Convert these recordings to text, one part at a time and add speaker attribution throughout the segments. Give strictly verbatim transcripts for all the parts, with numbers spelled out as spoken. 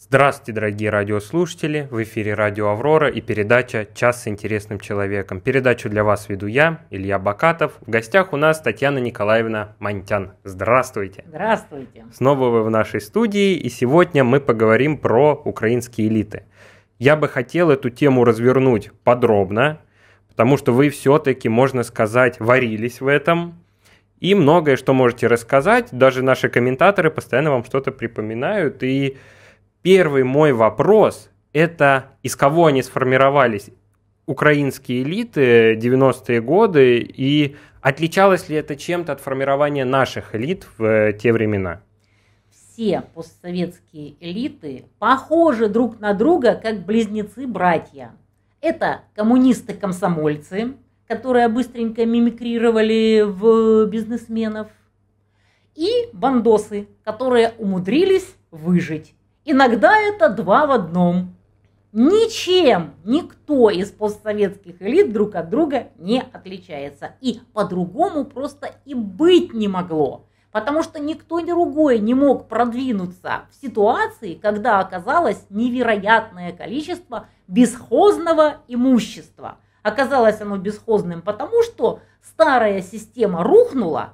Speaker 1: Здравствуйте, дорогие радиослушатели! В эфире радио «Аврора» и передача «Час с интересным человеком». Передачу для вас веду я, Илья Бакатов. В гостях у нас Татьяна Николаевна Монтян. Здравствуйте!
Speaker 2: Здравствуйте!
Speaker 1: Снова вы в нашей студии, и сегодня мы поговорим про украинские элиты. Я бы хотел эту тему развернуть подробно, потому что вы все-таки, можно сказать, варились в этом. И многое, что можете рассказать, даже наши комментаторы постоянно вам что-то припоминают. И первый мой вопрос – это из кого они сформировались, украинские элиты девяностые годы, и отличалось ли это чем-то от формирования наших элит в те времена?
Speaker 2: Все постсоветские элиты похожи друг на друга, как близнецы-братья. Это коммунисты-комсомольцы, которые быстренько мимикрировали в бизнесменов, и бандосы, которые умудрились выжить. Иногда это два в одном. Ничем никто из постсоветских элит друг от друга не отличается. И по-другому просто и быть не могло. Потому что никто другой не мог продвинуться в ситуации, когда оказалось невероятное количество бесхозного имущества. Оказалось оно бесхозным потому, что старая система рухнула,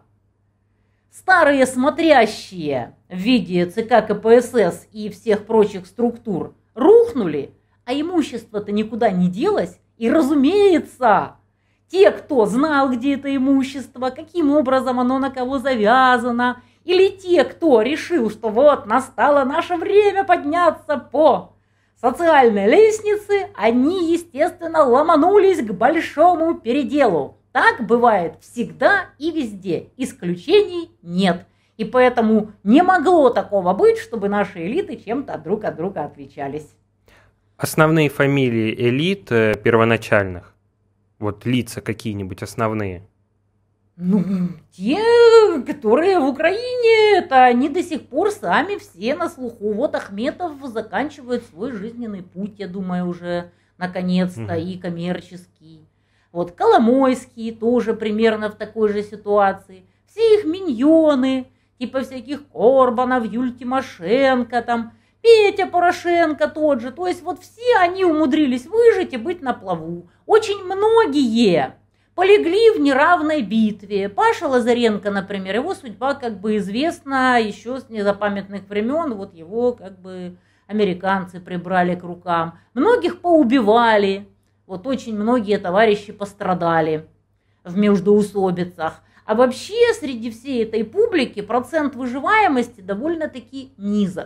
Speaker 2: старые смотрящие в виде ЦК КПСС и всех прочих структур рухнули, а имущество-то никуда не делось. И, разумеется, те, кто знал, где это имущество, каким образом оно на кого завязано, или те, кто решил, что вот настало наше время подняться по социальной лестнице, они, естественно, ломанулись к большому переделу. Так бывает всегда и везде, исключений нет. И поэтому не могло такого быть, чтобы наши элиты чем-то друг от друга отличались.
Speaker 1: Основные фамилии элит э, первоначальных, вот лица какие-нибудь основные?
Speaker 2: Ну, те, которые в Украине, это они до сих пор сами все на слуху. Вот Ахметов заканчивает свой жизненный путь, я думаю, уже наконец-то, угу. и коммерческий. Вот Коломойский тоже примерно в такой же ситуации. Все их миньоны, типа всяких Корбанов, Юль Тимошенко, там, Петя Порошенко тот же. То есть вот все они умудрились выжить и быть на плаву. Очень многие полегли в неравной битве. Паша Лазаренко, например, его судьба как бы известна еще с незапамятных времен. Вот его как бы американцы прибрали к рукам. Многих поубивали. Вот очень многие товарищи пострадали в междоусобицах. А вообще среди всей этой публики процент выживаемости довольно-таки низок.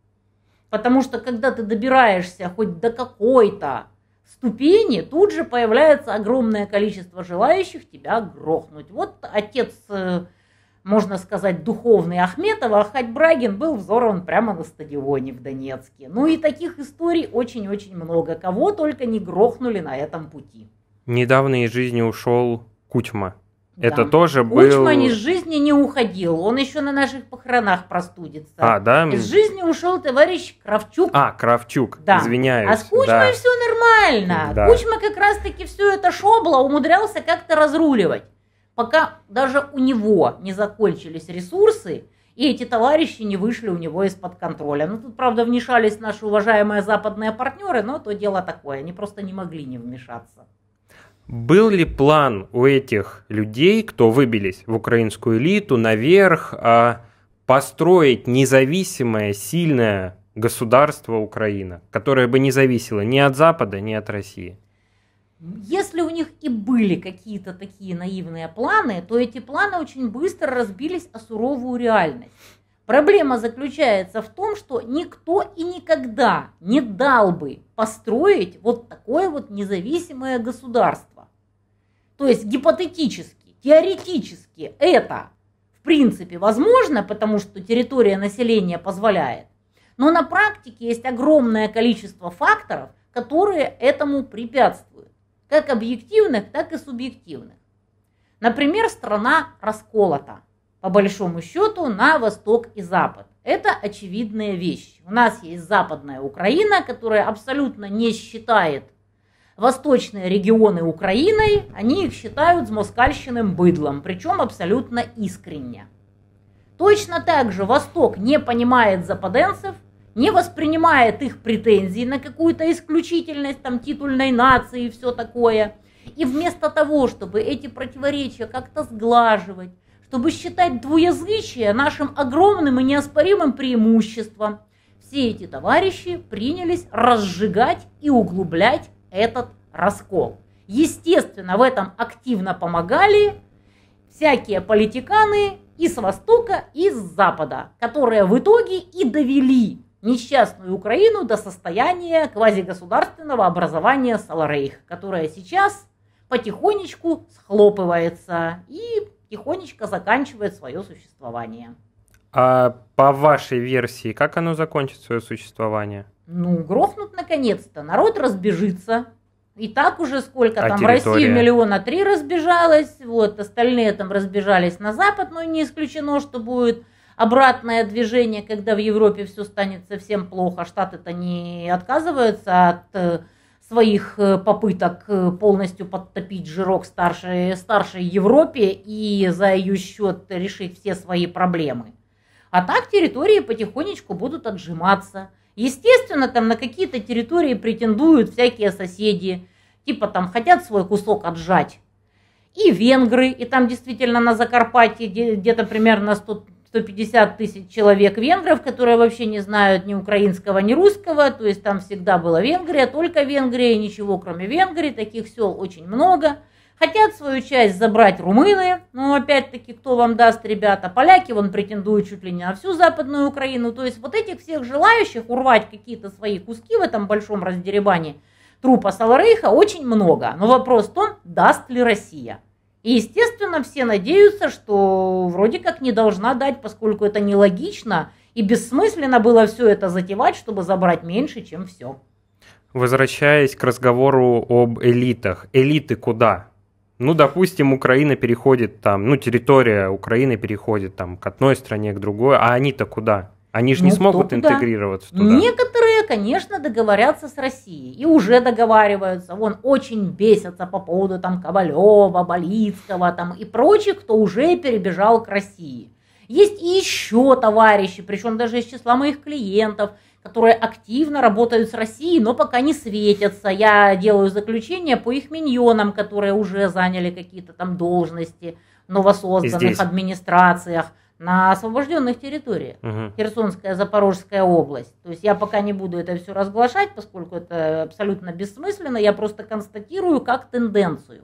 Speaker 2: Потому что когда ты добираешься хоть до какой-то ступени, тут же появляется огромное количество желающих тебя грохнуть. Вот отец, можно сказать, духовный Ахметова, Ахать Брагин, был взорван прямо на стадионе в Донецке. Ну и таких историй очень-очень много. Кого только не грохнули на этом пути.
Speaker 1: Недавно из жизни ушел Кучма.
Speaker 2: Да.
Speaker 1: Это тоже
Speaker 2: Кучма
Speaker 1: был...
Speaker 2: Кучма из жизни не уходил. Он еще на наших похоронах простудится.
Speaker 1: А, да?
Speaker 2: Из жизни ушел товарищ Кравчук.
Speaker 1: А, Кравчук,
Speaker 2: да.
Speaker 1: Извиняюсь.
Speaker 2: А с Кучмой
Speaker 1: да.
Speaker 2: все нормально.
Speaker 1: Да.
Speaker 2: Кучма как раз-таки все это шобло умудрялся как-то разруливать. Пока даже у него не закончились ресурсы, и эти товарищи не вышли у него из-под контроля. Ну, тут, правда, вмешались наши уважаемые западные партнеры, но то дело такое. Они просто не могли не вмешаться.
Speaker 1: Был ли план у этих людей, кто выбились в украинскую элиту, наверх, построить независимое, сильное государство Украина, которое бы не зависело ни от Запада, ни от России?
Speaker 2: Если у них и были какие-то такие наивные планы, то эти планы очень быстро разбились о суровую реальность. Проблема заключается в том, что никто и никогда не дал бы построить вот такое вот независимое государство. То есть гипотетически, теоретически это в принципе возможно, потому что территория населения позволяет. Но на практике есть огромное количество факторов, которые этому препятствуют. Как объективных, так и субъективных. Например, страна расколота, по большому счету, на восток и запад. Это очевидные вещи. У нас есть западная Украина, которая абсолютно не считает восточные регионы Украиной, они их считают змоскальщиным быдлом, причем абсолютно искренне. Точно так же Восток не понимает западенцев, не воспринимает их претензии на какую-то исключительность там, титульной нации и все такое. И вместо того, чтобы эти противоречия как-то сглаживать, чтобы считать двуязычие нашим огромным и неоспоримым преимуществом, все эти товарищи принялись разжигать и углублять этот раскол. Естественно, в этом активно помогали всякие политиканы и с Востока, и с Запада, которые в итоге и довели несчастную Украину до состояния квазигосударственного образования Саларейх, которое сейчас потихонечку схлопывается и тихонечко заканчивает свое существование.
Speaker 1: А по вашей версии, как оно закончит свое существование?
Speaker 2: Ну, грохнут наконец-то, народ разбежится. И так уже сколько
Speaker 1: а
Speaker 2: там,
Speaker 1: территория?
Speaker 2: Россия миллиона три разбежалась, вот, остальные там разбежались на запад, но не исключено, что будет обратное движение, когда в Европе все станет совсем плохо. Штаты-то не отказываются от своих попыток полностью подтопить жирок старшей, старшей Европе и за ее счет решить все свои проблемы. А так территории потихонечку будут отжиматься. Естественно, там на какие-то территории претендуют всякие соседи, типа там хотят свой кусок отжать. И венгры, и там действительно на Закарпатье где-то примерно сто пятьдесят тысяч человек венгров, которые вообще не знают ни украинского, ни русского, то есть там всегда была Венгрия, только Венгрия, ничего кроме Венгрии, таких сел очень много. Хотят свою часть забрать румыны, но опять-таки кто вам даст, ребята, поляки, вон претендуют чуть ли не на всю Западную Украину, то есть вот этих всех желающих урвать какие-то свои куски в этом большом раздеребании трупа Саларейха очень много, но вопрос в том, даст ли Россия. И, естественно, все надеются, что вроде как не должна дать, поскольку это нелогично и бессмысленно было все это затевать, чтобы забрать меньше, чем все.
Speaker 1: Возвращаясь к разговору об элитах. Элиты куда? Ну, допустим, Украина переходит там, ну, территория Украины переходит там к одной стране, к другой, а они-то куда? Они же ну, не смогут интегрироваться туда.
Speaker 2: Некоторые, конечно, договорятся с Россией и уже договариваются. Вон очень бесятся по поводу там Ковалева, Болицкого там и прочих, кто уже перебежал к России. Есть и еще товарищи, причем даже из числа моих клиентов, которые активно работают с Россией, но пока не светятся. Я делаю заключение по их миньонам, которые уже заняли какие-то там должности в новосозданных администрациях на освобожденных территориях. Угу. Херсонская, Запорожская область. То есть я пока не буду это все разглашать, поскольку это абсолютно бессмысленно. Я просто констатирую как тенденцию.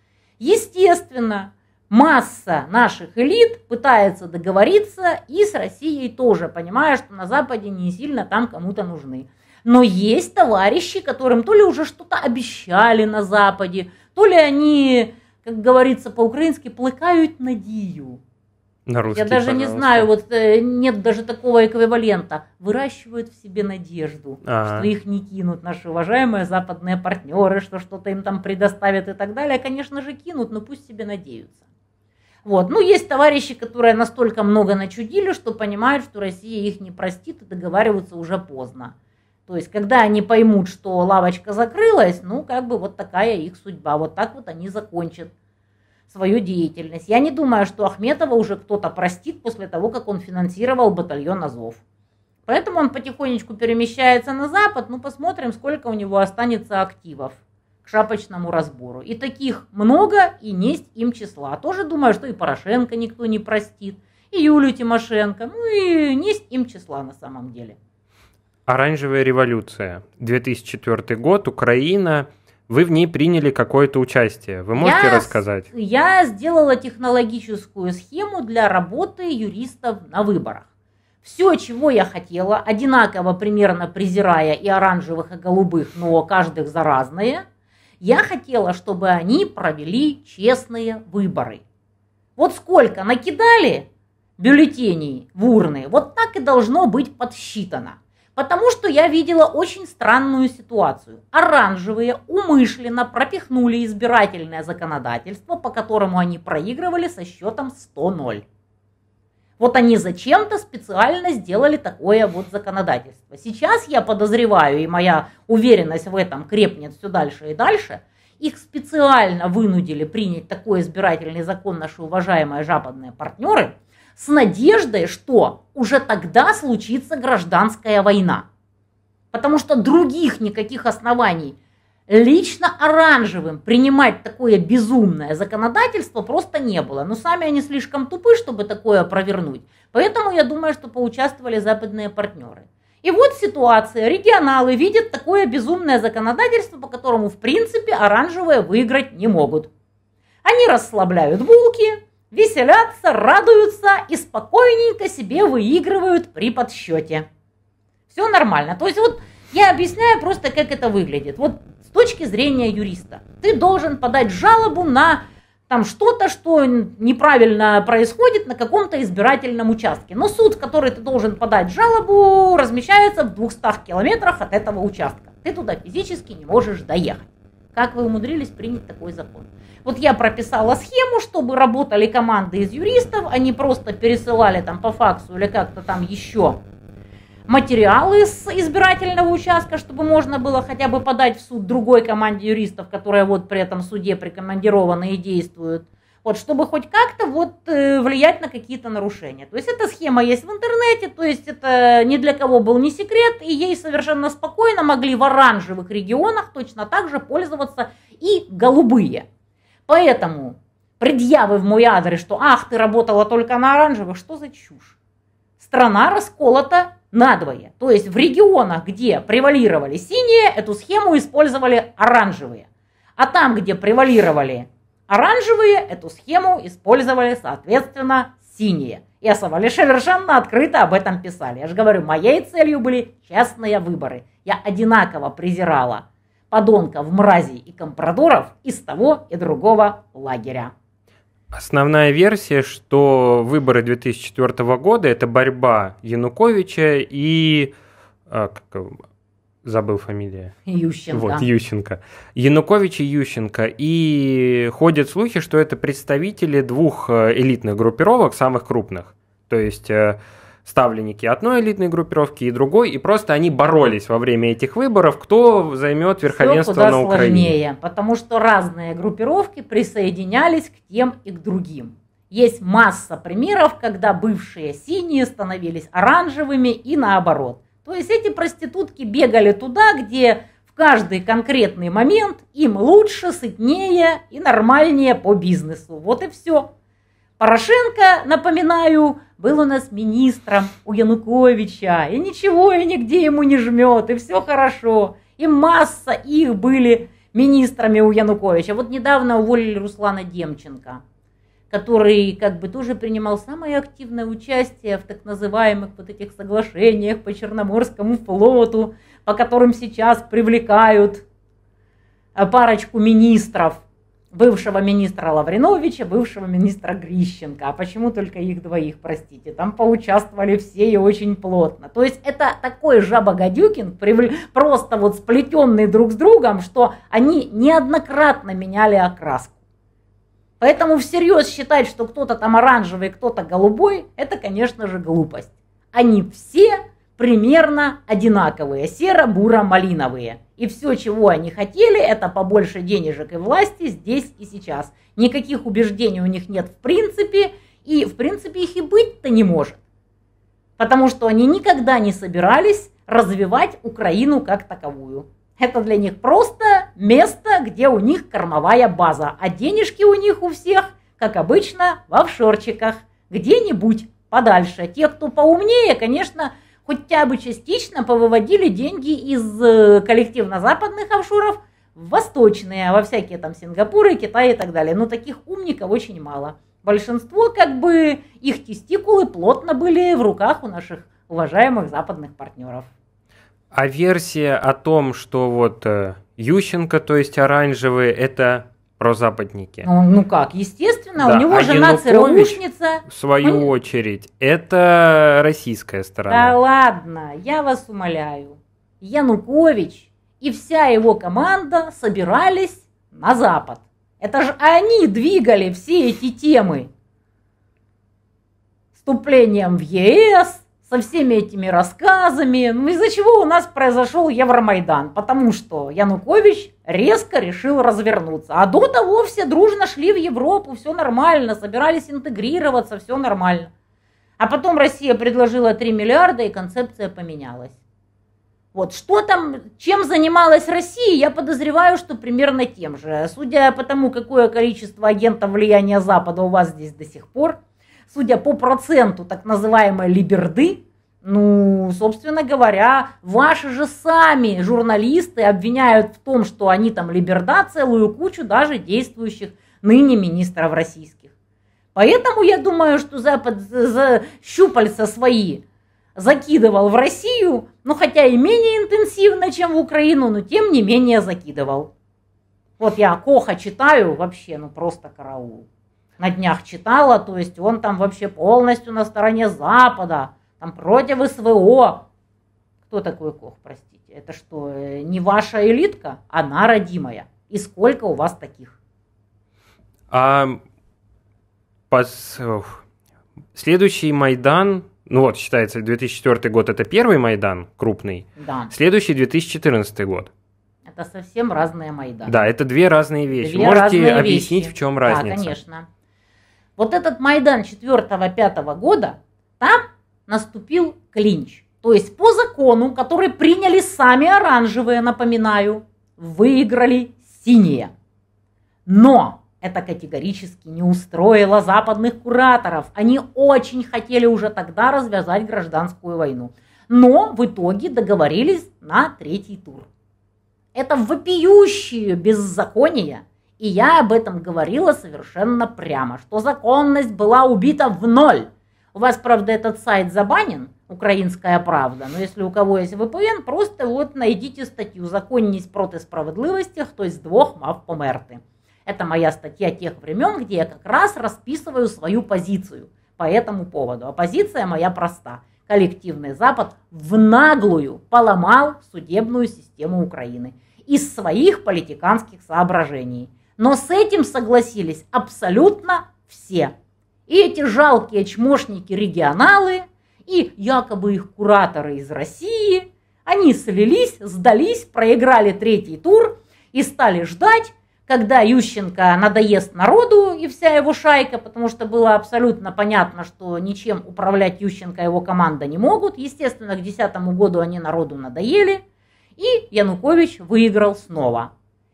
Speaker 2: Естественно, масса наших элит пытается договориться и с Россией тоже, понимая, что на Западе не сильно там кому-то нужны. Но есть товарищи, которым то ли уже что-то обещали на Западе, то ли они, как говорится по-украински, плыкают надію.
Speaker 1: На русский,
Speaker 2: Я даже
Speaker 1: пожалуйста.
Speaker 2: не знаю, вот нет даже такого эквивалента. Выращивают в себе надежду, А-а-а. что их не кинут наши уважаемые западные партнеры, что что-то им там предоставят и так далее. Конечно же кинут, но пусть себе надеются. Вот. Ну, есть товарищи, которые настолько много начудили, что понимают, что Россия их не простит и договариваются уже поздно. То есть, когда они поймут, что лавочка закрылась, ну, как бы вот такая их судьба. Вот так вот они закончат свою деятельность. Я не думаю, что Ахметова уже кто-то простит после того, как он финансировал батальон Азов. Поэтому он потихонечку перемещается на Запад. Ну, посмотрим, сколько у него останется активов к шапочному разбору. И таких много, и несть им числа. Тоже думаю, что и Порошенко никто не простит, и Юлию Тимошенко. Ну и несть им числа на самом деле.
Speaker 1: Оранжевая революция. две тысячи четвёртый год, Украина. Вы в ней приняли какое-то участие. Вы можете
Speaker 2: я,
Speaker 1: рассказать?
Speaker 2: Я сделала технологическую схему для работы юристов на выборах. Все, чего я хотела, одинаково примерно презирая и оранжевых, и голубых, но каждых за разные, я хотела, чтобы они провели честные выборы. Вот сколько накидали бюллетеней в урны, вот так и должно быть подсчитано. Потому что я видела очень странную ситуацию. Оранжевые умышленно пропихнули избирательное законодательство, по которому они проигрывали со счетом сто ноль. Вот они зачем-то специально сделали такое вот законодательство. Сейчас я подозреваю, и моя уверенность в этом крепнет все дальше и дальше, их специально вынудили принять такой избирательный закон наши уважаемые западные партнеры, с надеждой, что уже тогда случится гражданская война. Потому что других никаких оснований лично оранжевым принимать такое безумное законодательство просто не было. Но сами они слишком тупы, чтобы такое провернуть. Поэтому я думаю, что поучаствовали западные партнеры. И вот ситуация. Регионалы видят такое безумное законодательство, по которому в принципе оранжевые выиграть не могут. Они расслабляют булки, веселятся, радуются и спокойненько себе выигрывают при подсчете. Все нормально. То есть вот я объясняю просто, как это выглядит. Вот с точки зрения юриста. Ты должен подать жалобу на там что-то, что неправильно происходит на каком-то избирательном участке. Но суд, в который ты должен подать жалобу, размещается в двухстах километрах от этого участка. Ты туда физически не можешь доехать. Как вы умудрились принять такой закон? Вот я прописала схему, чтобы работали команды из юристов, они просто пересылали там по факсу или как-то там еще материалы с избирательного участка, чтобы можно было хотя бы подать в суд другой команде юристов, которая вот при этом суде прикомандированы и действуют. Вот, чтобы хоть как-то вот э, влиять на какие-то нарушения. То есть эта схема есть в интернете, то есть это ни для кого был не секрет, и ей совершенно спокойно могли в оранжевых регионах точно так же пользоваться и голубые. Поэтому предъявы в мой адрес, что ах, ты работала только на оранжевых, что за чушь? Страна расколота надвое. То есть в регионах, где превалировали синие, эту схему использовали оранжевые. А там, где превалировали оранжевые, эту схему использовали, соответственно, синие. И совершенно открыто об этом писали. Я же говорю, моей целью были честные выборы. Я одинаково презирала подонков, мразей и компрадоров из того и другого лагеря.
Speaker 1: Основная версия, что выборы две тысячи четвёртого года – это борьба Януковича и… А, как, забыл фамилия.
Speaker 2: Ющенко.
Speaker 1: Вот, Ющенко. Янукович и Ющенко. И ходят слухи, что это представители двух элитных группировок, самых крупных. То есть ставленники одной элитной группировки и другой, и просто они боролись во время этих выборов, кто займет верховенство
Speaker 2: Всё куда
Speaker 1: на Украине.
Speaker 2: Сложнее, потому что разные группировки присоединялись к тем и к другим. Есть масса примеров, когда бывшие синие становились оранжевыми и наоборот. То есть эти проститутки бегали туда, где в каждый конкретный момент им лучше, сытнее и нормальнее по бизнесу. Вот и все. Порошенко, напоминаю, был у нас министром у Януковича, и ничего, и нигде ему не жмет, и все хорошо. И масса их были министрами у Януковича. Вот недавно уволили Руслана Демченко, который как бы тоже принимал самое активное участие в так называемых вот этих соглашениях по Черноморскому флоту, по которым сейчас привлекают парочку министров. Бывшего министра Лавриновича, бывшего министра Грищенко. А почему только их двоих, простите? Там поучаствовали все и очень плотно. То есть это такой жаба-гадюкин, просто вот сплетенный друг с другом, что они неоднократно меняли окраску. Поэтому всерьез считать, что кто-то там оранжевый, кто-то голубой, это, конечно же, глупость. Они все примерно одинаковые, серо-буро-малиновые. И все, чего они хотели, это побольше денежек и власти здесь и сейчас. Никаких убеждений у них нет в принципе, и в принципе их и быть-то не может. Потому что они никогда не собирались развивать Украину как таковую. Это для них просто место, где у них кормовая база, а денежки у них у всех, как обычно, в офшорчиках, где-нибудь подальше. Те, кто поумнее, конечно, хотя бы частично повыводили деньги из коллективно-западных офшоров в восточные, во всякие там Сингапуры, Китай и так далее. Но таких умников очень мало. Большинство, как бы, их тестикулы плотно были в руках у наших уважаемых западных партнеров.
Speaker 1: А версия о том, что вот Ющенко, то есть оранжевые, это прозападники.
Speaker 2: Ну, ну как, естественно,
Speaker 1: да,
Speaker 2: у него
Speaker 1: а
Speaker 2: жена
Speaker 1: Янукович,
Speaker 2: ЦРУшница.
Speaker 1: в свою
Speaker 2: Он...
Speaker 1: очередь, это российская сторона.
Speaker 2: Да ладно, я вас умоляю. Янукович и вся его команда собирались на Запад. Это же они двигали все эти темы. Вступлением в ЕС, со всеми этими рассказами. Ну из-за чего у нас произошел Евромайдан? Потому что Янукович резко решил развернуться. А до того все дружно шли в Европу, все нормально, собирались интегрироваться, все нормально. А потом Россия предложила три миллиарда, и концепция поменялась. Вот, что там, чем занималась Россия, я подозреваю, что примерно тем же. Судя по тому, какое количество агентов влияния Запада у вас здесь до сих пор, судя по проценту так называемой либерды, ну, собственно говоря, ваши же сами журналисты обвиняют в том, что они там либерда, целую кучу даже действующих ныне министров российских. Поэтому я думаю, что Запад за щупальца свои закидывал в Россию, ну хотя и менее интенсивно, чем в Украину, но тем не менее закидывал. Вот я Коха читаю, вообще, ну просто караул. На днях читала, то есть он там вообще полностью на стороне Запада, там против СВО. Кто такой Кох, простите? Это что, не ваша элитка? Она родимая. И сколько у вас таких?
Speaker 1: А пос... следующий Майдан... Ну вот, считается, две тысячи четвёртый год – это первый Майдан крупный.
Speaker 2: Да.
Speaker 1: Следующий – две тысячи четырнадцатый год.
Speaker 2: Это совсем разные Майданы.
Speaker 1: Да, это две разные вещи.
Speaker 2: Две
Speaker 1: Можете
Speaker 2: разные
Speaker 1: объяснить,
Speaker 2: вещи.
Speaker 1: в чем разница?
Speaker 2: Да, конечно. Вот этот Майдан четвёртого-пятого года, там наступил клинч. То есть по закону, который приняли сами оранжевые, напоминаю, выиграли синие. Но это категорически не устроило западных кураторов. Они очень хотели уже тогда развязать гражданскую войну. Но в итоге договорились на третий тур. Это вопиющее беззаконие. И я об этом говорила совершенно прямо, что законность была убита в ноль. У вас, правда, этот сайт забанен, «Украинская правда», но если у кого есть вэ пэ эн, просто вот найдите статью «Законність проти справедливості, хтось з двох мав померти». Это моя статья тех времен, где я как раз расписываю свою позицию по этому поводу. А позиция моя проста. Коллективный Запад в наглую поломал судебную систему Украины из своих политиканских соображений. Но с этим согласились абсолютно все. И эти жалкие чмошники-регионалы, и якобы их кураторы из России, они слились, сдались, проиграли третий тур и стали ждать, когда Ющенко надоест народу и вся его шайка, потому что было абсолютно понятно, что ничем управлять Ющенко и его команда не могут. Естественно, к две тысячи десятому году они народу надоели, и Янукович выиграл снова.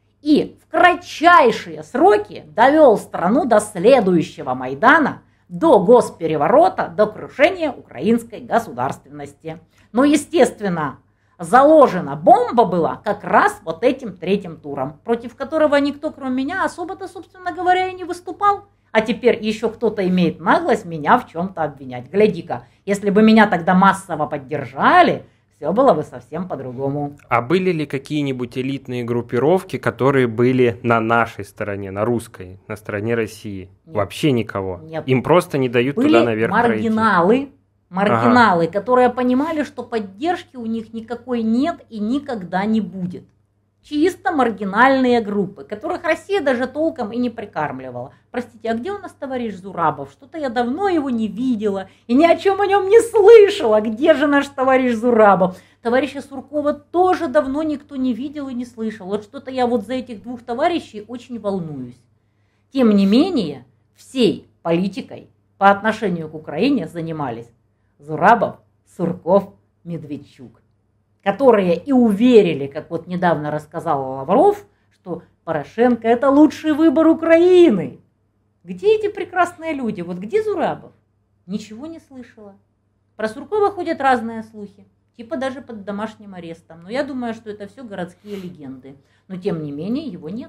Speaker 2: И в кратчайшие сроки довел страну до следующего Майдана, до госпереворота, до крушения украинской государственности. Но, естественно, заложена бомба была как раз вот этим третьим туром, против которого никто, кроме меня, особо-то, собственно говоря, и не выступал. А теперь еще кто-то имеет наглость меня в чем-то обвинять. Гляди-ка, если бы меня тогда массово поддержали, все было бы совсем по-другому.
Speaker 1: А были ли какие-нибудь элитные группировки, которые были на нашей стороне, на русской, на стороне России?
Speaker 2: Нет.
Speaker 1: Вообще никого?
Speaker 2: Нет.
Speaker 1: Им просто не дают
Speaker 2: были
Speaker 1: туда наверх
Speaker 2: маргиналы,
Speaker 1: пройти?
Speaker 2: маргиналы, ага. которые понимали, что поддержки у них никакой нет и никогда не будет. Чисто маргинальные группы, которых Россия даже толком и не прикармливала. Простите, а где у нас товарищ Зурабов? Что-то я давно его не видела и ни о чем о нем не слышала. Где же наш товарищ Зурабов? Товарища Суркова тоже давно никто не видел и не слышал. Вот что-то я вот за этих двух товарищей очень волнуюсь. Тем не менее, всей политикой по отношению к Украине занимались Зурабов, Сурков, Медведчук, которые и уверили, как вот недавно рассказал Лавров, что Порошенко – это лучший выбор Украины. Где эти прекрасные люди? Вот где Зурабов? Ничего не слышала. Про Суркова ходят разные слухи, типа даже под домашним арестом. Но я думаю, что это все городские легенды. Но тем не менее его нет.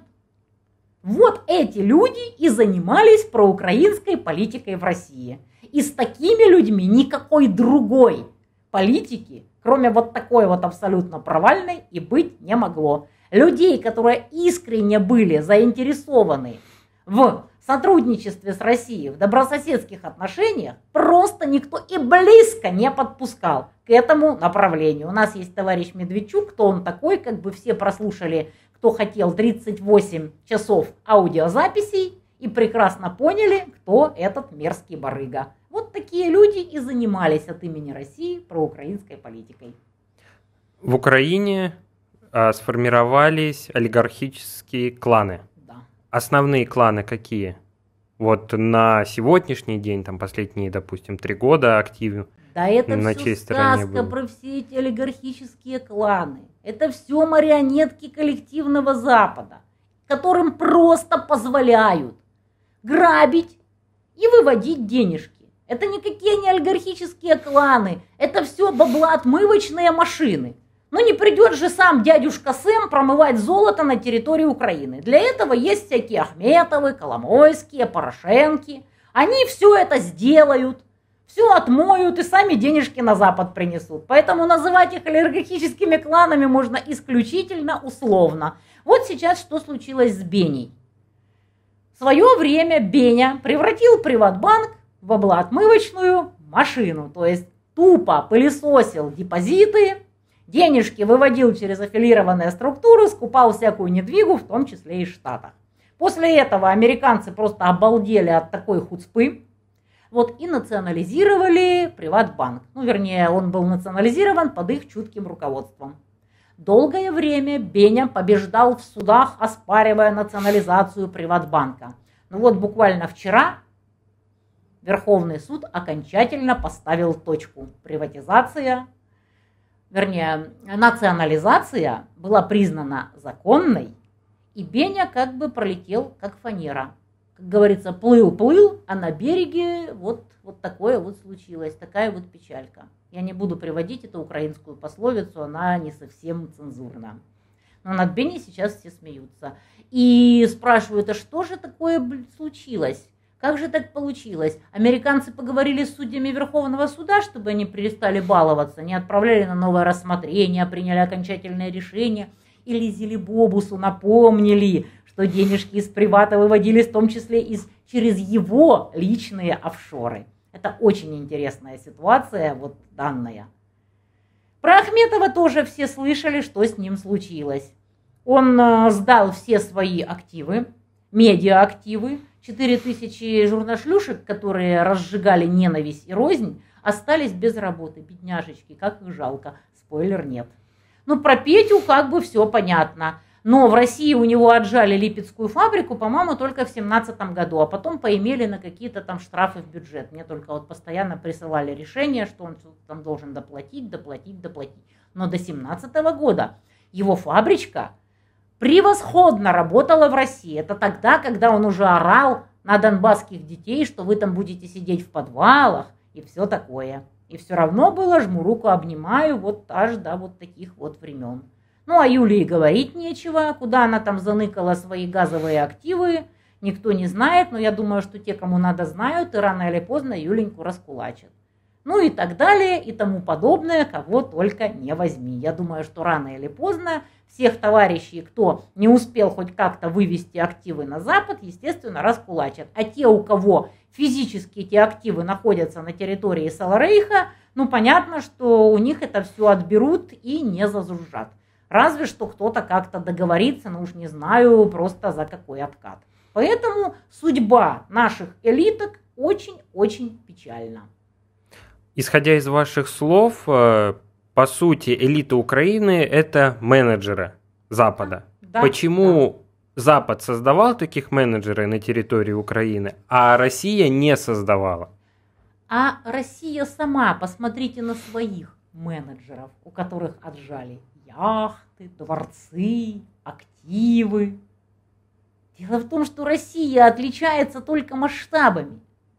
Speaker 2: Вот эти люди и занимались проукраинской политикой в России. И с такими людьми никакой другой политики, кроме вот такой вот абсолютно провальной, и быть не могло. Людей, которые искренне были заинтересованы в сотрудничестве с Россией, в добрососедских отношениях, просто никто и близко не подпускал к этому направлению. У нас есть товарищ Медведчук, кто он такой, как бы все прослушали, кто хотел, тридцать восемь часов аудиозаписей и прекрасно поняли, кто этот мерзкий барыга. Вот такие люди и занимались от имени России проукраинской политикой.
Speaker 1: В Украине а, сформировались олигархические кланы.
Speaker 2: Да.
Speaker 1: Основные кланы какие вот на сегодняшний день, там последние, допустим, три года активен.
Speaker 2: Да это на все сказка был. Про все эти олигархические кланы. Это все марионетки коллективного Запада, которым просто позволяют грабить и выводить денежки. Это никакие не олигархические кланы, это все баблоотмывочные машины. Но не придет же сам дядюшка Сэм промывать золото на территории Украины. Для этого есть всякие Ахметовы, Коломойские, Порошенки. Они все это сделают, все отмоют и сами денежки на Запад принесут. Поэтому называть их олигархическими кланами можно исключительно условно. Вот сейчас что случилось с Беней. В свое время Беня превратил Приватбанк в баблоотмывочную машину. То есть тупо пылесосил депозиты, денежки выводил через аффилированные структуры, скупал всякую недвигу, в том числе и в Штатах. После этого американцы просто обалдели от такой хуцпы. Вот и национализировали Приватбанк. Ну, вернее, он был национализирован под их чутким руководством. Долгое время Беня побеждал в судах, оспаривая национализацию Приватбанка. Ну вот буквально вчера Верховный суд окончательно поставил точку. Приватизация, вернее, национализация была признана законной, и Беня как бы пролетел как фанера. Как говорится, плыл-плыл, а на береге вот, вот такое вот случилось, такая вот печалька. Я не буду приводить эту украинскую пословицу, она не совсем цензурна. Но над Беней сейчас все смеются. И спрашивают, а что же такое случилось? Как же так получилось? Американцы поговорили с судьями Верховного суда, чтобы они перестали баловаться, не отправляли на новое рассмотрение, приняли окончательное решение. Или Зелебобусу напомнили, что денежки из привата выводились в том числе из, через его личные офшоры. Это очень интересная ситуация, вот данная. Про Ахметова тоже все слышали, что с ним случилось. Он э, сдал все свои активы, медиа-активы. четыре тысячи журношлюшек, которые разжигали ненависть и рознь, остались без работы. Бедняжечки, как их жалко. Спойлер, нет. Ну, про Петю как бы все понятно. Но в России у него отжали Липецкую фабрику, по-моему, только в семнадцатом году, а потом поимели на какие-то там штрафы в бюджет. Мне только вот постоянно присылали решение, что он там должен доплатить, доплатить, доплатить. Но до семнадцатого года его фабричка превосходно работала в России. Это тогда, когда он уже орал на донбасских детей, что вы там будете сидеть в подвалах и все такое. И все равно было, жму руку, обнимаю, вот аж до вот таких вот времен. Ну, а Юлии говорить нечего, куда она там заныкала свои газовые активы, никто не знает, но я думаю, что те, кому надо, знают, и рано или поздно Юленьку раскулачат. Ну и так далее, и тому подобное, кого только не возьми. Я думаю, что рано или поздно всех товарищей, кто не успел хоть как-то вывести активы на Запад, естественно, раскулачат. А те, у кого физически эти активы находятся на территории Саларейха, ну понятно, что у них это все отберут и не зазужат. Разве что кто-то как-то договорится, ну уж не знаю, просто за какой откат. Поэтому судьба наших элиток очень-очень печальна.
Speaker 1: Исходя из ваших слов, по сути, элита Украины – это менеджеры Запада.
Speaker 2: Да,
Speaker 1: Почему да. Запад создавал таких менеджеров на территории Украины, а Россия не создавала?
Speaker 2: А Россия сама, посмотрите на своих менеджеров, у которых отжали яхты, дворцы, активы. Дело в том, что Россия отличается только масштабами.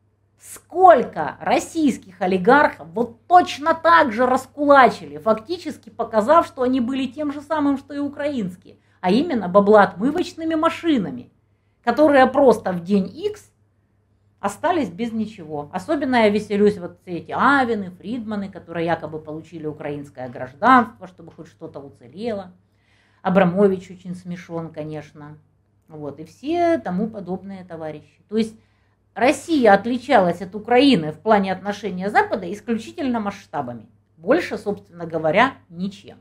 Speaker 2: Сколько российских олигархов вот точно так же раскулачили, фактически показав, что они были тем же самым, что и украинские, а именно баблоотмывочными машинами, которые просто в день Икс остались без ничего. Особенно я веселюсь вот все эти Авины, Фридманы, которые якобы получили украинское гражданство, чтобы хоть что-то уцелело. Абрамович очень смешон, конечно. Вот, и все тому подобные товарищи. То есть Россия отличалась от Украины в плане отношения Запада исключительно масштабами. Больше, собственно говоря, ничем.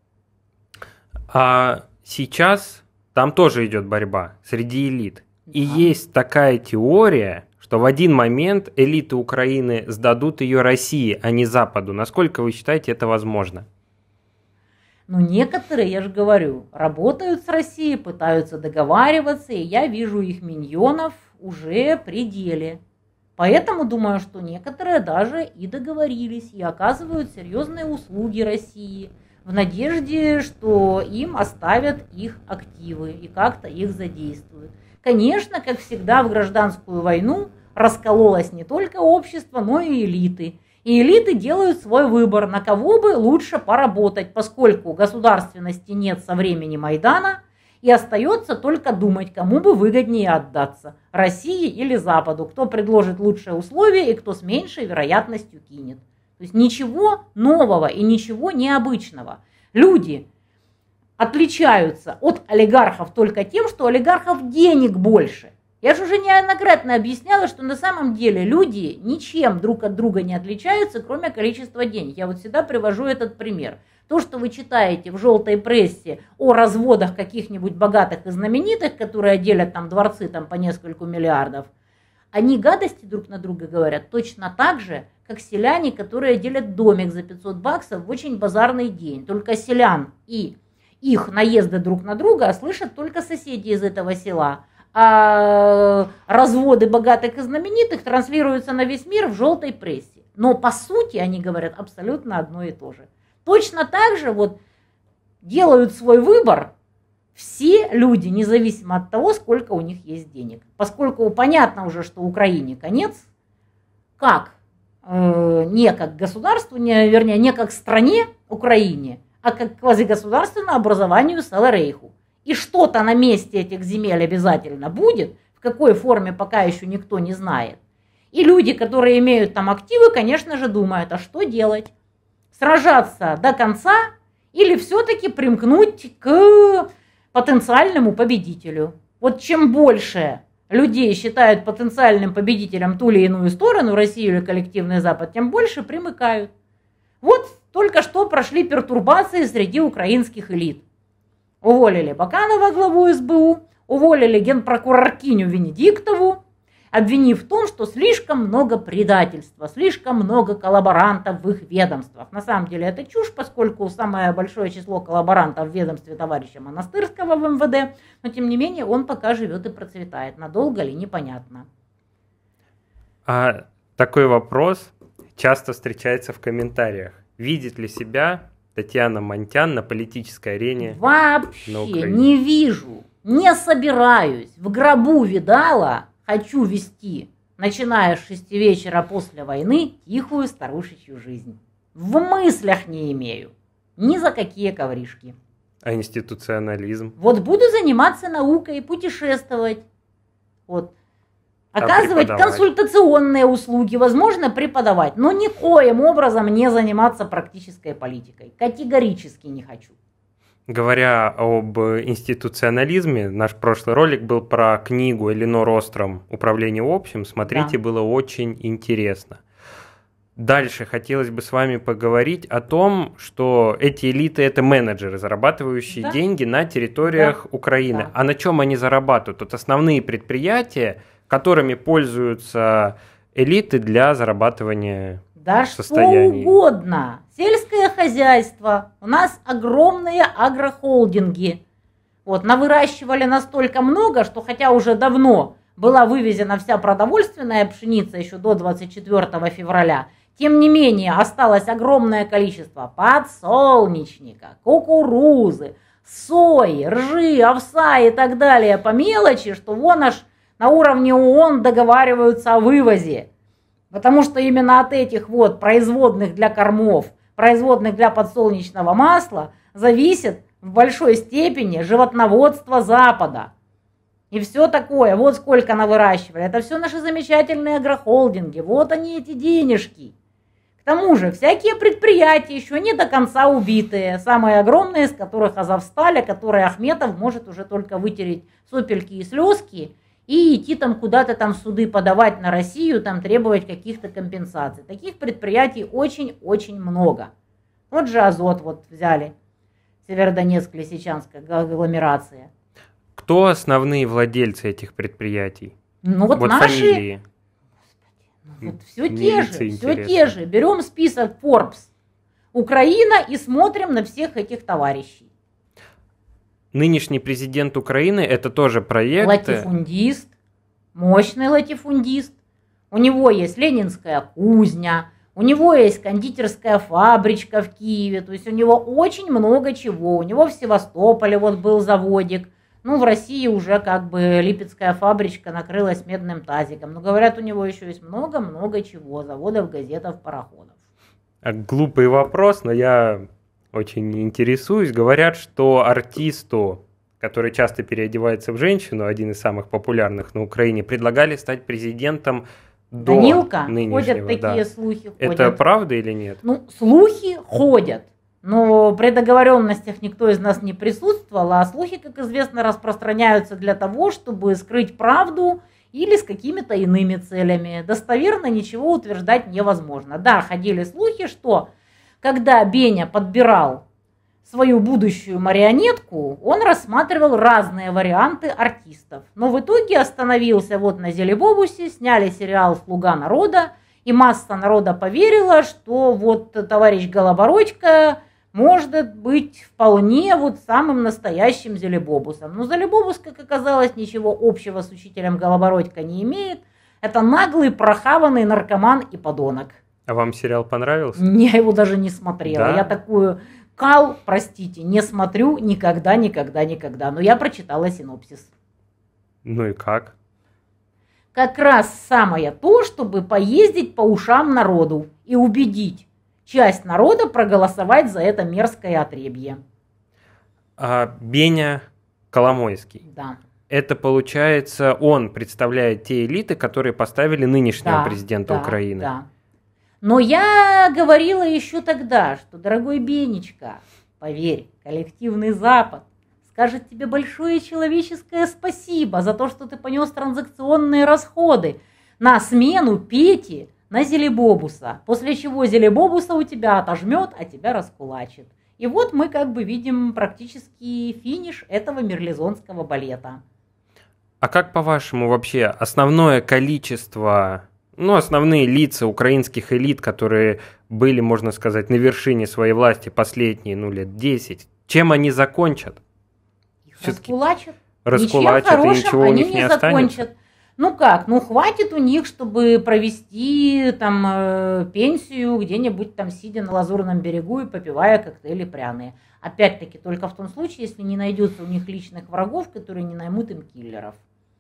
Speaker 1: А сейчас там тоже идет борьба среди элит. Да. И есть такая теория, что в один момент элиты Украины сдадут ее России, а не Западу. Насколько вы считаете это возможно?
Speaker 2: Но некоторые, я же говорю, работают с Россией, пытаются договариваться, и я вижу их миньонов уже при деле. Поэтому думаю, что некоторые даже и договорились, и оказывают серьезные услуги России в надежде, что им оставят их активы и как-то их задействуют. Конечно, как всегда в гражданскую войну раскололось не только общество, но и элиты. И элиты делают свой выбор, на кого бы лучше поработать, поскольку государственности нет со времени Майдана, и остается только думать, кому бы выгоднее отдаться – России или Западу, кто предложит лучшие условия и кто с меньшей вероятностью кинет. То есть ничего нового и ничего необычного. Люди отличаются от олигархов только тем, что у олигархов денег больше. Я же уже неоднократно объясняла, что на самом деле люди ничем друг от друга не отличаются, кроме количества денег. Я вот всегда привожу этот пример. То, что вы читаете в желтой прессе о разводах каких-нибудь богатых и знаменитых, которые делят там дворцы там, по нескольку миллиардов, они гадости друг на друга говорят точно так же, как селяне, которые делят домик за пятьсот баксов в очень базарный день. Только селян и их наезды друг на друга слышат только соседи из этого села. А разводы богатых и знаменитых транслируются на весь мир в желтой прессе. Но по сути они говорят абсолютно одно и то же. Точно так же вот делают свой выбор все люди, независимо от того, сколько у них есть денег. Поскольку понятно уже, что Украине конец, как э, не как государству, не, вернее, не как стране Украине, а как квазигосударственному образованию Селл-Рейху. И что-то на месте этих земель обязательно будет, в какой форме пока еще никто не знает. И люди, которые имеют там активы, конечно же, думают, а что делать? Сражаться до конца или все-таки примкнуть к потенциальному победителю? Вот чем больше людей считают потенциальным победителем ту или иную сторону, Россию или коллективный Запад, тем больше примыкают. Вот только что прошли пертурбации среди украинских элит. Уволили Баканова, главу эс бэ у, уволили генпрокуроркиню Венедиктову, обвинив в том, что слишком много предательства, слишком много коллаборантов в их ведомствах. На самом деле это чушь, поскольку самое большое число коллаборантов в ведомстве товарища Монастырского в эм вэ дэ, но тем не менее он пока живет и процветает. Надолго ли, непонятно.
Speaker 1: А такой вопрос часто встречается в комментариях. Видит ли себя Татьяна Монтян на политической арене?
Speaker 2: Вообще не вижу, не собираюсь. В гробу видала, хочу вести, начиная с шести вечера после войны, тихую старушечью жизнь. В мыслях не имею. Ни за какие ковришки.
Speaker 1: А институционализм?
Speaker 2: Вот буду заниматься наукой, путешествовать. Вот.
Speaker 1: А
Speaker 2: Оказывать консультационные услуги, возможно, преподавать, но никоим образом не заниматься практической политикой. Категорически не хочу.
Speaker 1: Говоря об институционализме, наш прошлый ролик был про книгу Эленор Остром «Управление общим». Смотрите, да. Было очень интересно. Дальше хотелось бы с вами поговорить о том, что эти элиты – это менеджеры, зарабатывающие да. деньги на территориях да. Украины. Да. А на чем они зарабатывают? Вот основные предприятия, которыми пользуются элиты для зарабатывания
Speaker 2: да состояний. Что угодно. Сельское хозяйство. У нас огромные агрохолдинги. Вот, навыращивали настолько много, что хотя уже давно была вывезена вся продовольственная пшеница еще до двадцать четвёртого февраля, тем не менее осталось огромное количество подсолнечника, кукурузы, сои, ржи, овса и так далее по мелочи, что вон аж на уровне ООН договариваются о вывозе. Потому что именно от этих вот производных для кормов, производных для подсолнечного масла зависит в большой степени животноводство Запада. И все такое, вот сколько навыращивали. Это все наши замечательные агрохолдинги, вот они эти денежки. К тому же всякие предприятия еще не до конца убитые. Самые огромные из которых Азовсталь, которые Ахметов может уже только вытереть сопельки и слезки и идти там куда-то там в суды подавать на Россию, там требовать каких-то компенсаций. Таких предприятий очень-очень много. Вот же Азот вот взяли, Северодонецк-Лисичанская агломерация.
Speaker 1: Кто основные владельцы этих предприятий?
Speaker 2: Ну вот, вот наши.
Speaker 1: Фамилии.
Speaker 2: Вот все те же, все те же. Берем список Forbes. Украина и смотрим на всех этих товарищей.
Speaker 1: Нынешний президент Украины – это тоже проект.
Speaker 2: Латифундист, мощный латифундист. У него есть ленинская кузня, у него есть кондитерская фабричка в Киеве, то есть у него очень много чего. У него в Севастополе вот был заводик. Ну, в России уже как бы липецкая фабричка накрылась медным тазиком. Но говорят, у него еще есть много-много чего. Заводов, газетов, пароходов.
Speaker 1: Глупый вопрос, но я очень интересуюсь. Говорят, что артисту, который часто переодевается в женщину, один из самых популярных на Украине, предлагали стать президентом до
Speaker 2: Данилка,
Speaker 1: нынешнего.
Speaker 2: ходят такие
Speaker 1: да.
Speaker 2: слухи.
Speaker 1: Это
Speaker 2: ходят.
Speaker 1: правда или нет?
Speaker 2: Ну, слухи ходят. Но при договоренностях никто из нас не присутствовал, а слухи, как известно, распространяются для того, чтобы скрыть правду или с какими-то иными целями. Достоверно ничего утверждать невозможно. Да, ходили слухи, что когда Беня подбирал свою будущую марионетку, он рассматривал разные варианты артистов. Но в итоге остановился вот на Зелебобусе, сняли сериал «Слуга народа», и масса народа поверила, что вот товарищ Голобородько может быть вполне вот самым настоящим Зелебобусом. Но Зелебобус, как оказалось, ничего общего с учителем Голобородько не имеет. Это наглый, прохаванный наркоман и подонок.
Speaker 1: А вам сериал понравился?
Speaker 2: Я его даже не смотрела.
Speaker 1: Да?
Speaker 2: Я такую кал, простите, не смотрю никогда, никогда, никогда. Но я прочитала синопсис.
Speaker 1: Ну и как?
Speaker 2: Как раз самое то, чтобы поездить по ушам народу и убедить часть народа проголосовать за это мерзкое отребье.
Speaker 1: А Беня Коломойский.
Speaker 2: Да.
Speaker 1: Это, получается, он представляет те элиты, которые поставили нынешнего
Speaker 2: Да,
Speaker 1: президента
Speaker 2: да,
Speaker 1: Украины.
Speaker 2: Да. Но я говорила еще тогда, что, дорогой Бенечка, поверь, коллективный Запад скажет тебе большое человеческое спасибо за то, что ты понес транзакционные расходы на смену Пети на Зелебобуса, после чего Зелебобуса у тебя отожмет, а тебя раскулачит. И вот мы как бы видим практически финиш этого мерлезонского балета.
Speaker 1: А как, по-вашему, вообще основное количество, ну, основные лица украинских элит, которые были, можно сказать, на вершине своей власти последние, ну, лет десять, чем они закончат?
Speaker 2: Их раскулачат.
Speaker 1: Раскулачат,
Speaker 2: Ничем хорошим
Speaker 1: и ничего у
Speaker 2: они
Speaker 1: них не
Speaker 2: не
Speaker 1: останется?
Speaker 2: закончат. Ну как, ну хватит у них, чтобы провести там э, пенсию где-нибудь там, сидя на Лазурном берегу и попивая коктейли пряные. Опять-таки, только в том случае, если не найдется у них личных врагов, которые не наймут им киллеров.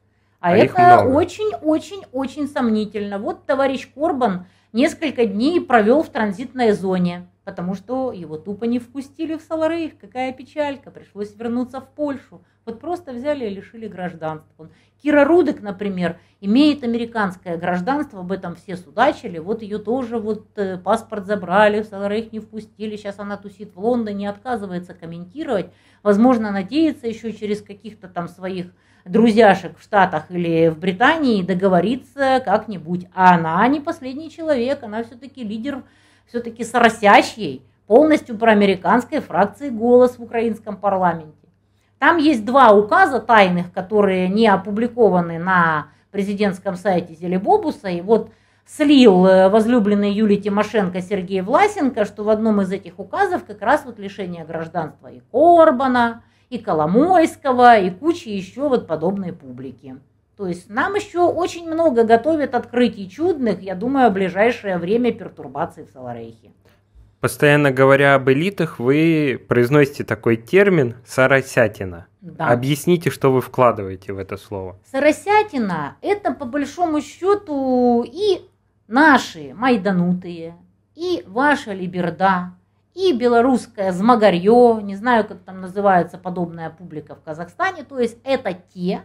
Speaker 2: А,
Speaker 1: А их
Speaker 2: это
Speaker 1: много.
Speaker 2: очень-очень-очень сомнительно. Вот товарищ Корбан несколько дней провел в транзитной зоне, потому что его тупо не впустили в Саларейх. Какая печалька, пришлось вернуться в Польшу. Вот просто взяли и лишили гражданства. Кира Рудек, например, имеет американское гражданство, об этом все судачили. Вот ее тоже вот э, паспорт забрали, в Саларейх не впустили. Сейчас она тусит в Лондоне, отказывается комментировать. Возможно, надеется еще через каких-то там своих друзьяшек в Штатах или в Британии договориться как-нибудь. А она не последний человек, она все-таки лидер, все-таки соросящей, полностью проамериканской фракции «Голос» в украинском парламенте. Там есть два указа тайных, которые не опубликованы на президентском сайте Зелебобуса. И вот слил возлюбленный Юлии Тимошенко Сергей Власенко, что в одном из этих указов как раз вот лишение гражданства и Корбана, и Коломойского, и кучи еще вот подобной публики. То есть нам еще очень много готовят открытий чудных, я думаю, в ближайшее время пертурбаций в Саларейхе.
Speaker 1: Постоянно говоря об элитах, вы произносите такой термин «соросятина».
Speaker 2: Да.
Speaker 1: Объясните, что вы вкладываете в это слово.
Speaker 2: Соросятина – это по большому счету и наши майданутые, и ваша либерда, и белорусское змагарье, не знаю, как там называется подобная публика в Казахстане, то есть это те,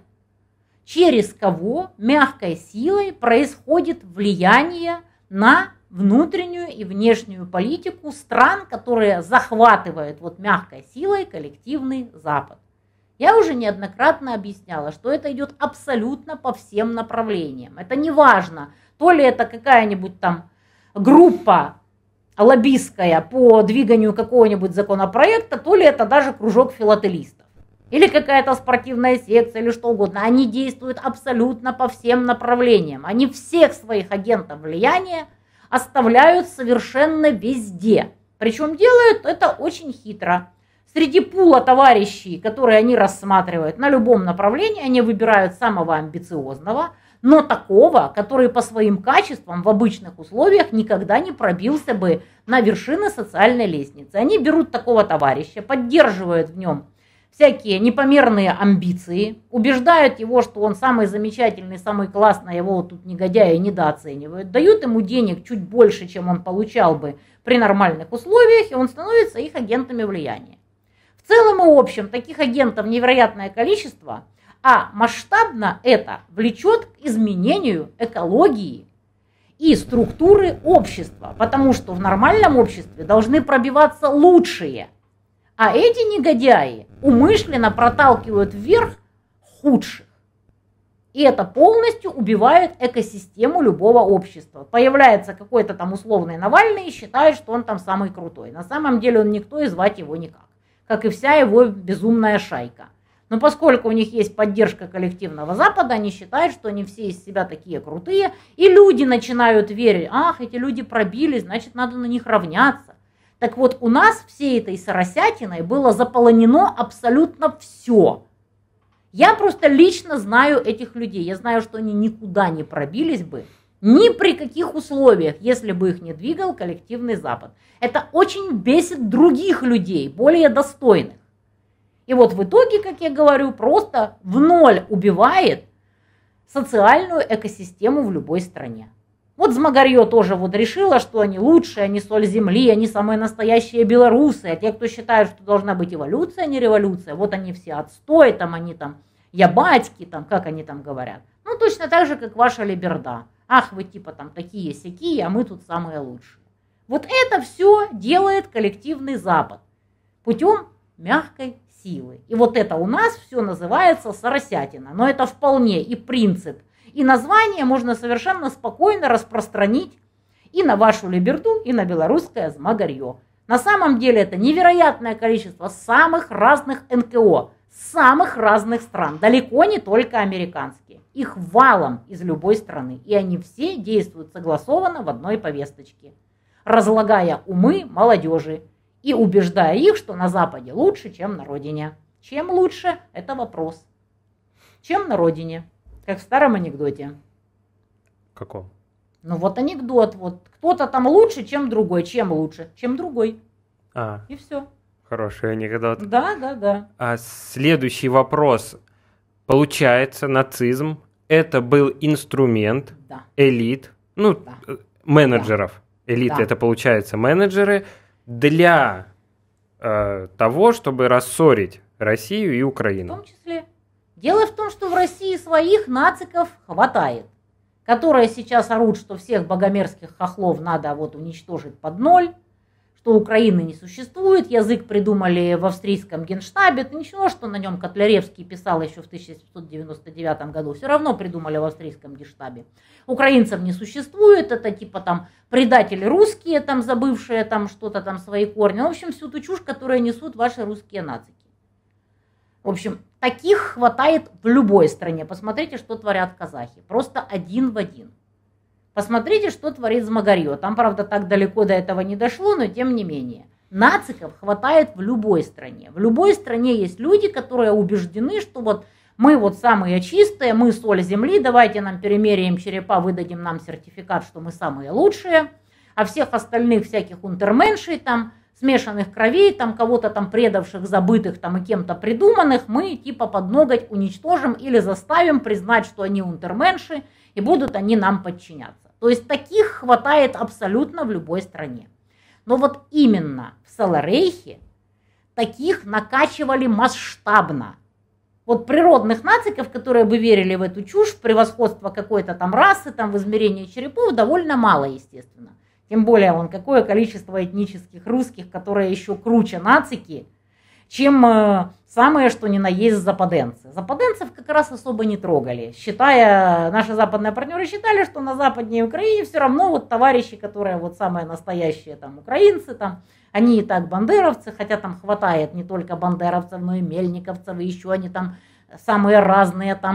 Speaker 2: через кого мягкой силой происходит влияние на внутреннюю и внешнюю политику стран, которые захватывают вот мягкой силой коллективный Запад. Я уже неоднократно объясняла, что это идет абсолютно по всем направлениям. Это не важно, то ли это какая-нибудь там группа лоббистская по двиганию какого-нибудь законопроекта, то ли это даже кружок филателистов. Или какая-то спортивная секция, или что угодно. Они действуют абсолютно по всем направлениям. Они всех своих агентов влияния оставляют совершенно везде. Причем делают это очень хитро. Среди пула товарищей, которые они рассматривают на любом направлении, они выбирают самого амбициозного, но такого, который по своим качествам в обычных условиях никогда не пробился бы на вершины социальной лестницы. Они берут такого товарища, поддерживают в нем всякие непомерные амбиции, убеждают его, что он самый замечательный, самый классный, его вот тут негодяи недооценивают, дают ему денег чуть больше, чем он получал бы при нормальных условиях, и он становится их агентами влияния. В целом и общем таких агентов невероятное количество, а масштабно это влечет к изменению экологии и структуры общества, потому что в нормальном обществе должны пробиваться лучшие, а эти негодяи умышленно проталкивают вверх худших. И это полностью убивает экосистему любого общества. Появляется какой-то там условный Навальный и считает, что он там самый крутой. На самом деле он никто и звать его никак, как и вся его безумная шайка. Но поскольку у них есть поддержка коллективного Запада, они считают, что они все из себя такие крутые, и люди начинают верить, ах, эти люди пробились, значит, надо на них равняться. Так вот, у нас всей этой соросятиной было заполонено абсолютно все. Я просто лично знаю этих людей, я знаю, что они никуда не пробились бы, ни при каких условиях, если бы их не двигал коллективный Запад. Это очень бесит других людей, более достойных. И вот в итоге, как я говорю, просто в ноль убивает социальную экосистему в любой стране. Вот Змагарье тоже вот решила, что они лучшие, они соль земли, они самые настоящие белорусы. А те, кто считают, что должна быть эволюция, а не революция, вот они все отстой, там они там ябатьки, там, как они там говорят. Ну, точно так же, как ваша либерда. Ах, вы типа там такие-сякие, а мы тут самые лучшие. Вот это все делает коллективный Запад путем мягкой силы. И вот это у нас все называется соросятина. Но это вполне и принцип, и название можно совершенно спокойно распространить и на вашу либерду, и на белорусское Змагарье. На самом деле это невероятное количество самых разных эн ка о, самых разных стран, далеко не только американские. Их валом из любой страны, и они все действуют согласованно в одной повесточке, разлагая умы молодежи и убеждая их, что на Западе лучше, чем на родине. Чем лучше – это вопрос. Чем на родине, как в старом анекдоте.
Speaker 1: Каком?
Speaker 2: Ну вот анекдот, вот кто-то там лучше, чем другой. Чем лучше? Чем другой.
Speaker 1: А,
Speaker 2: и все.
Speaker 1: Хороший анекдот.
Speaker 2: Да, да, да.
Speaker 1: А следующий вопрос. Получается, нацизм – это был инструмент
Speaker 2: да.
Speaker 1: элит, ну,
Speaker 2: да.
Speaker 1: менеджеров. Да. Элиты да. – это, получается, менеджеры для э, того, чтобы рассорить Россию и Украину.
Speaker 2: В том числе. Дело в том, что в России своих нациков хватает, которые сейчас орут, что всех богомерзких хохлов надо вот уничтожить под ноль, что Украины не существует, язык придумали в австрийском генштабе, это ничего, что на нем Котляревский писал еще в тысяча семьсот девяносто девятом году, все равно придумали в австрийском генштабе. Украинцев не существует, это типа там предатели русские, там забывшие там что-то там свои корни, в общем, всю ту чушь, которую несут ваши русские нацики. В общем, таких хватает в любой стране. Посмотрите, что творят казахи. Просто один в один. Посмотрите, что творит Змагарье. Там, правда, так далеко до этого не дошло, но тем не менее. Нациков хватает в любой стране. В любой стране есть люди, которые убеждены, что вот мы вот самые чистые, мы соль земли, давайте нам перемеряем черепа, выдадим нам сертификат, что мы самые лучшие, а всех остальных всяких унтерменшей там, смешанных кровей, там кого-то там предавших, забытых там и кем-то придуманных, мы типа под ноготь уничтожим или заставим признать, что они унтерменши, и будут они нам подчиняться. То есть таких хватает абсолютно в любой стране. Но вот именно в Саларейхе таких накачивали масштабно. Вот природных нациков, которые бы верили в эту чушь, в превосходство какой-то там расы, там в измерении черепов, довольно мало, естественно. Тем более, вон, какое количество этнических русских, которые еще круче нацики, чем э, самое, что ни на есть западенцы. Западенцев как раз особо не трогали, считая, наши западные партнеры считали, что на Западной Украине все равно вот товарищи, которые вот самые настоящие там украинцы, там, они и так бандеровцы, хотя там хватает не только бандеровцев, но и мельниковцев, и еще они там самые разные там,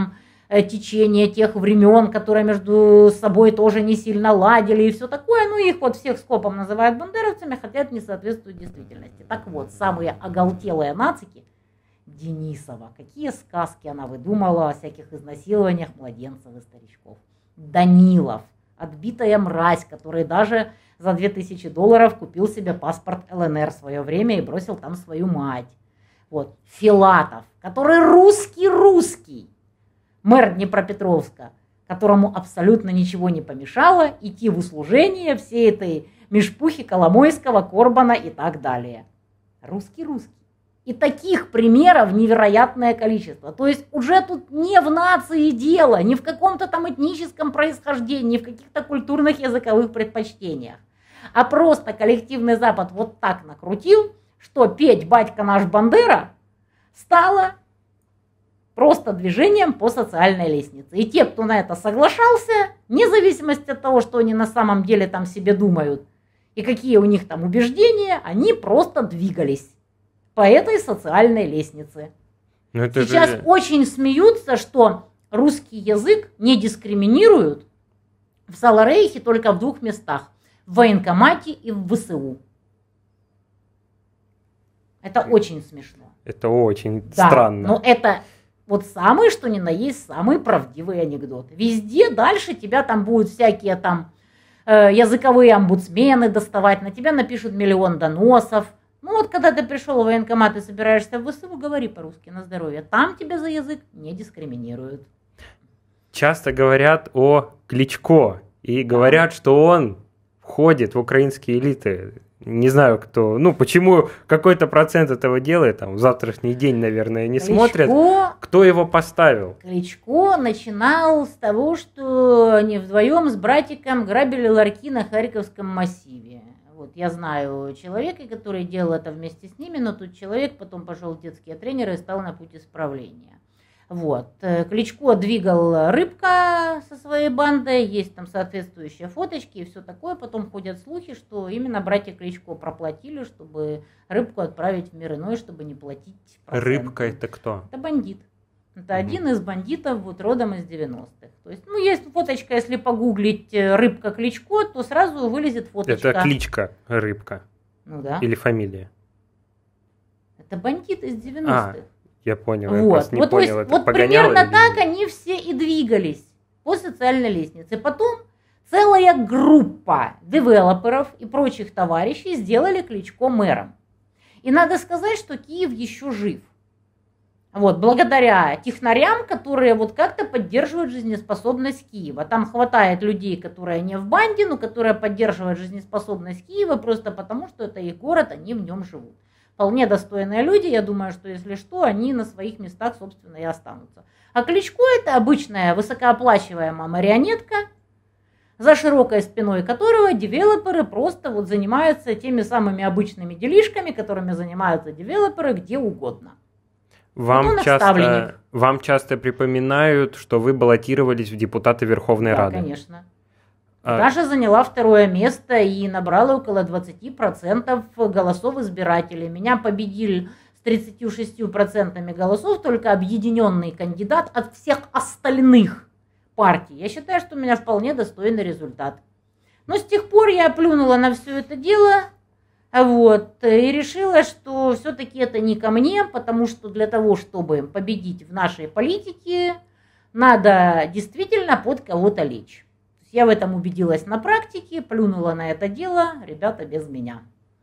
Speaker 2: течение тех времен, которые между собой тоже не сильно ладили и все такое. Ну, их вот всех скопом называют бандеровцами, хотя это не соответствует действительности. Так вот, самые оголтелые нацики Денисова. Какие сказки она выдумала о всяких изнасилованиях младенцев и старичков. Данилов. Отбитая мразь, который даже за две тысячи долларов купил себе паспорт эл эн эр в свое время и бросил там свою мать. Вот. Филатов, который русский-русский. Мэр Днепропетровска, которому абсолютно ничего не помешало идти в услужение всей этой мешпухи Коломойского, Корбана и так далее. Русский-русский. И таких примеров невероятное количество. То есть уже тут не в нации дело, не в каком-то там этническом происхождении, не в каких-то культурных языковых предпочтениях. А просто коллективный Запад вот так накрутил, что петь «Батька наш Бандера» стало просто движением по социальной лестнице. И те, кто на это соглашался, вне зависимости от того, что они на самом деле там себе думают, и какие у них там убеждения, они просто двигались по этой социальной лестнице. Сейчас же... очень смеются, что русский язык не дискриминируют в Саларейхе только в двух местах. В военкомате и в вэ эс у. Это очень смешно.
Speaker 1: Это очень
Speaker 2: да,
Speaker 1: странно.
Speaker 2: Но это... Вот самый, что ни на есть, самый правдивый анекдот. Везде дальше тебя там будут всякие там э, языковые омбудсмены доставать, на тебя напишут миллион доносов. Ну вот когда ты пришел в военкомат и собираешься в вэ эс у, говори по-русски на здоровье. Там тебя за язык не дискриминируют.
Speaker 1: Часто говорят о Кличко и говорят, что он входит в украинские элиты. Не знаю, кто, ну, почему какой-то процент этого делает, там, в завтрашний день, наверное, не
Speaker 2: Кличко,
Speaker 1: смотрят, кто его поставил.
Speaker 2: Кличко начинал с того, что они вдвоем с братиком грабили ларьки на Харьковском массиве. Вот, я знаю человека, который делал это вместе с ними, но тут человек потом пошел в детские тренеры и стал на путь исправления. Вот. Кличко двигал Рыбка со своей бандой, есть там соответствующие фоточки и все такое. Потом ходят слухи, что именно братья Кличко проплатили, чтобы Рыбку отправить в мир иной, чтобы не платить проценты.
Speaker 1: Рыбка это кто?
Speaker 2: Это бандит. Это mm-hmm. один из бандитов вот родом из девяностых. То есть, ну, есть фоточка, если погуглить Рыбка Кличко, то сразу вылезет фоточка.
Speaker 1: Это кличка Рыбка?
Speaker 2: Ну да.
Speaker 1: Или фамилия?
Speaker 2: Это бандит из девяностых.
Speaker 1: А. Я понял,
Speaker 2: вот.
Speaker 1: я просто не
Speaker 2: вот,
Speaker 1: понял,
Speaker 2: то есть,
Speaker 1: это
Speaker 2: вот
Speaker 1: погоняло
Speaker 2: примерно
Speaker 1: или...
Speaker 2: так они все и двигались по социальной лестнице. Потом целая группа девелоперов и прочих товарищей сделали Кличко мэром. И надо сказать, что Киев еще жив. Вот, благодаря технарям, которые вот как-то поддерживают жизнеспособность Киева. Там хватает людей, которые не в банде, но которые поддерживают жизнеспособность Киева просто потому, что это их город, они в нем живут. Вполне достойные люди, я думаю, что если что, они на своих местах, собственно, и останутся. А Кличко – это обычная высокооплачиваемая марионетка, за широкой спиной которого девелоперы просто вот занимаются теми самыми обычными делишками, которыми занимаются девелоперы где угодно.
Speaker 1: Вам, вот часто, вам часто припоминают, что вы баллотировались в депутаты Верховной
Speaker 2: да,
Speaker 1: Рады.
Speaker 2: Да, конечно. Даже заняла второе место и набрала около двадцать процентов голосов избирателей. Меня победил с тридцатью шестью процентами голосов только объединенный кандидат от всех остальных партий. Я считаю, что у меня вполне достойный результат. Но с тех пор я плюнула на все это дело вот, и решила, что все-таки это не ко мне, потому что для того, чтобы победить в нашей политике, надо действительно под кого-то лечь. Я в этом убедилась на практике, плюнула на это дело, ребята, без меня.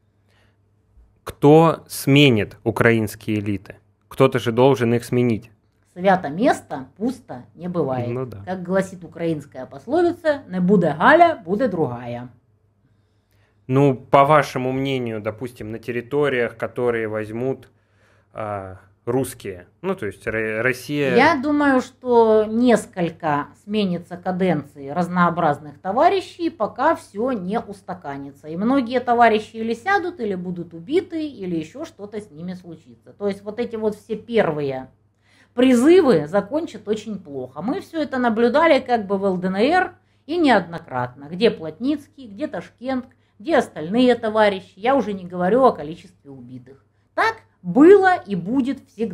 Speaker 1: Кто сменит украинские элиты? Кто-то же должен их сменить.
Speaker 2: Свято место пусто не бывает.
Speaker 1: Ну, да.
Speaker 2: Как гласит украинская пословица, не буде Галя, буде другая.
Speaker 1: Ну, по вашему мнению, допустим, на территориях, которые возьмут а, русские, ну, то есть Россия...
Speaker 2: Я думаю, что несколько сменится каденций разнообразных товарищей, пока все не устаканится. И многие товарищи или сядут, или будут убиты, или еще что-то с ними случится. То есть вот эти вот все первые призывы закончат очень плохо. Мы все это наблюдали как бы в эл дэ эн эр и неоднократно. Где Плотницкий, где Ташкент, где остальные товарищи. Я уже не говорю о количестве убитых. Так было и будет всегда.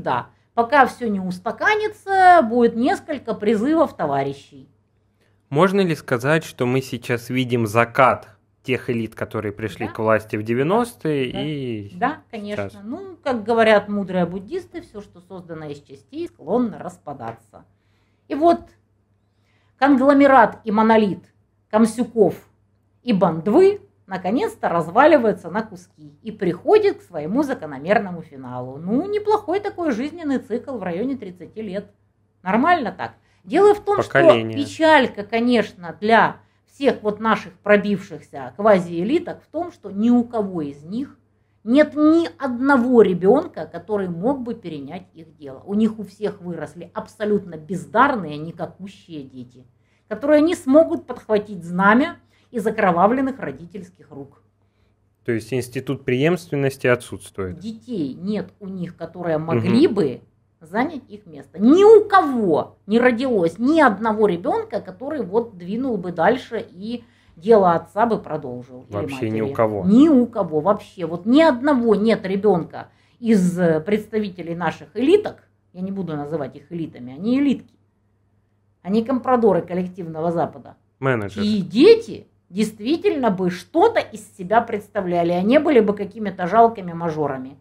Speaker 2: Пока все не устаканится, будет несколько призывов товарищей.
Speaker 1: Можно ли сказать, что мы сейчас видим закат тех элит, которые пришли
Speaker 2: Да.
Speaker 1: к власти в девяностые?
Speaker 2: Да.
Speaker 1: И
Speaker 2: Да, конечно.
Speaker 1: сейчас?
Speaker 2: Ну, как говорят мудрые буддисты, все, что создано из частей, склонно распадаться. И вот конгломерат и монолит Камсюков и Бандвы наконец-то разваливается на куски и приходит к своему закономерному финалу. Ну, неплохой такой жизненный цикл в районе тридцати лет. Нормально так. Дело в том,
Speaker 1: Поколение.
Speaker 2: что печалька, конечно, для всех вот наших пробившихся квазиэлиток в том, что ни у кого из них нет ни одного ребенка, который мог бы перенять их дело. У них у всех выросли абсолютно бездарные, никакущие дети, которые не смогут подхватить знамя из окровавленных родительских рук.
Speaker 1: То есть институт преемственности отсутствует.
Speaker 2: Детей нет у них, которые могли угу. бы занять их место. Ни у кого не родилось ни одного ребенка, который вот двинул бы дальше и дело отца бы продолжил.
Speaker 1: Вообще ни у кого.
Speaker 2: Ни у кого вообще. Вот ни одного нет ребенка из представителей наших элиток, я не буду называть их элитами, они элитки, они компрадоры коллективного Запада.
Speaker 1: Менеджеры.
Speaker 2: И дети действительно бы что-то из себя представляли, они были бы какими-то жалкими мажорами.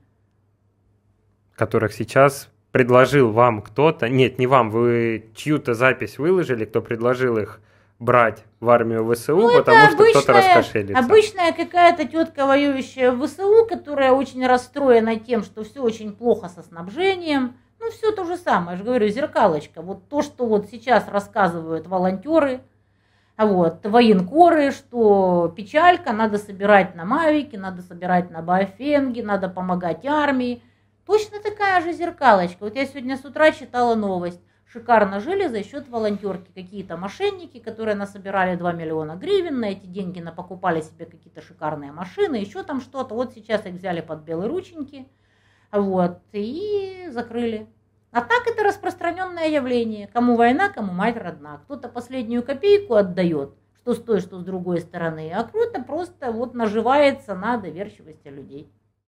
Speaker 1: Которых сейчас предложил вам кто-то, нет, не вам, вы чью-то запись выложили, кто предложил их брать в армию ВСУ, ну, потому что кто-то раскошелится.
Speaker 2: Обычная какая-то тетка, воюющая в ВСУ, которая очень расстроена тем, что все очень плохо со снабжением. Ну, все то же самое, я же говорю, зеркалочка. Вот то, что вот сейчас рассказывают волонтеры, вот, военкоры, что печалька, надо собирать на Мавике, надо собирать на Баофенге, надо помогать армии. Точно такая же зеркалочка. Вот я сегодня с утра читала новость. Шикарно жили за счет волонтерки. Какие-то мошенники, которые насобирали два миллиона гривен, на эти деньги напокупали себе какие-то шикарные машины, еще там что-то. Вот сейчас их взяли под белые рученьки, вот, и закрыли. А так это распространенное явление. Кому война, кому мать родна. Кто-то последнюю копейку отдает, что с той, что с другой стороны, а кто-то просто вот наживается на доверчивости людей.